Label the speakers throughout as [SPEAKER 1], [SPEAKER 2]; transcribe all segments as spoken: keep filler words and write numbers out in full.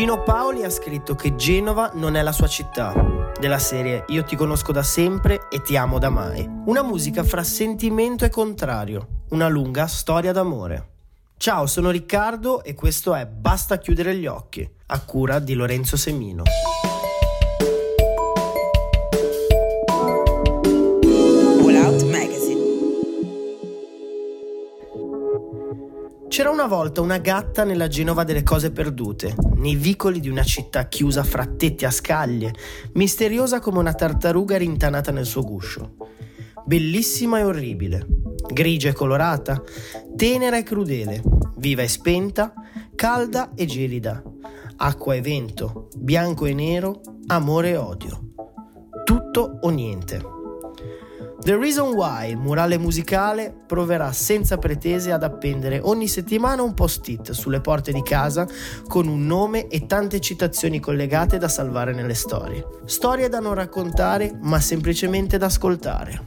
[SPEAKER 1] Gino Paoli ha scritto che Genova non è la sua città, della serie Io ti conosco da sempre e ti amo da mai. Una musica fra sentimento e contrario, una lunga storia d'amore. Ciao, sono Riccardo e questo è Basta chiudere gli occhi, a cura di Lorenzo Semino. C'era una volta una gatta nella Genova delle cose perdute, nei vicoli di una città chiusa fra tetti a scaglie, misteriosa come una tartaruga rintanata nel suo guscio. Bellissima e orribile, grigia e colorata, tenera e crudele, viva e spenta, calda e gelida, acqua e vento, bianco e nero, amore e odio. Tutto o niente. The Reason Why, il murale musicale, proverà senza pretese ad appendere ogni settimana un post-it sulle porte di casa con un nome e tante citazioni collegate da salvare nelle storie. Storie da non raccontare, ma semplicemente da ascoltare.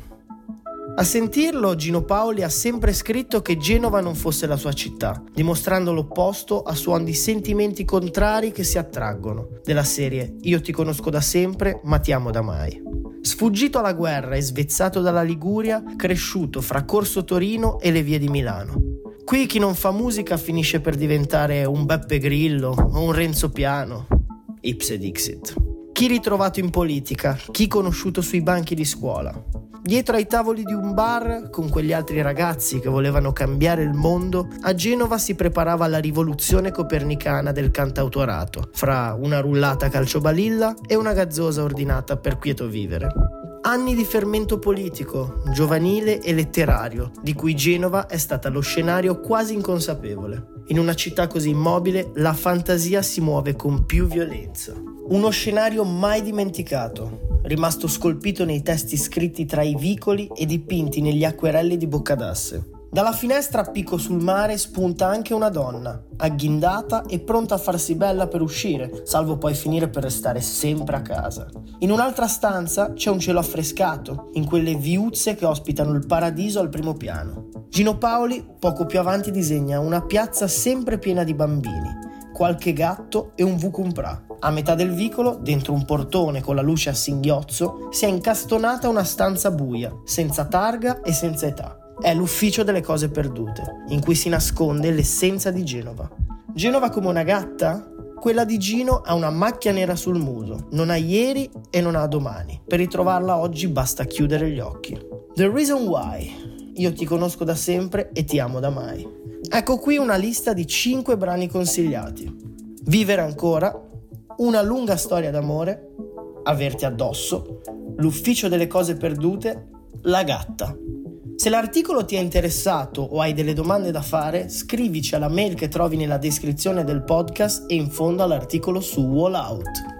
[SPEAKER 1] A sentirlo, Gino Paoli ha sempre scritto che Genova non fosse la sua città, dimostrando l'opposto a suon di sentimenti contrari che si attraggono, della serie Io ti conosco da sempre, ma ti amo da mai. Sfuggito alla guerra e svezzato dalla Liguria, cresciuto fra Corso Torino e le vie di Milano. Qui chi non fa musica finisce per diventare un Beppe Grillo o un Renzo Piano. Ipse dixit. Chi ritrovato in politica, chi conosciuto sui banchi di scuola. Dietro ai tavoli di un bar, con quegli altri ragazzi che volevano cambiare il mondo, a Genova si preparava la rivoluzione copernicana del cantautorato, fra una rullata calciobalilla e una gazzosa ordinata per quieto vivere. Anni di fermento politico, giovanile e letterario, di cui Genova è stata lo scenario quasi inconsapevole. In una città così immobile, la fantasia si muove con più violenza. Uno scenario mai dimenticato, rimasto scolpito nei testi scritti tra i vicoli e dipinti negli acquerelli di Boccadasse. Dalla finestra a picco sul mare spunta anche una donna, agghindata e pronta a farsi bella per uscire, salvo poi finire per restare sempre a casa. In un'altra stanza c'è un cielo affrescato, in quelle viuzze che ospitano il paradiso al primo piano. Gino Paoli, poco più avanti, disegna una piazza sempre piena di bambini, qualche gatto e un vucumprà. A metà del vicolo, dentro un portone con la luce a singhiozzo, si è incastonata una stanza buia, senza targa e senza età. È l'ufficio delle cose perdute, in cui si nasconde l'essenza di Genova. Genova come una gatta? Quella di Gino ha una macchia nera sul muso, non ha ieri e non ha domani. Per ritrovarla oggi basta chiudere gli occhi. The Reason Why. Io ti conosco da sempre e ti amo da mai. Ecco qui una lista di cinque brani consigliati. Vivere ancora, Una lunga storia d'amore, Averti addosso, L'ufficio delle cose perdute, La gatta. Se l'articolo ti è interessato o hai delle domande da fare, scrivici alla mail che trovi nella descrizione del podcast e in fondo all'articolo su Wall Out.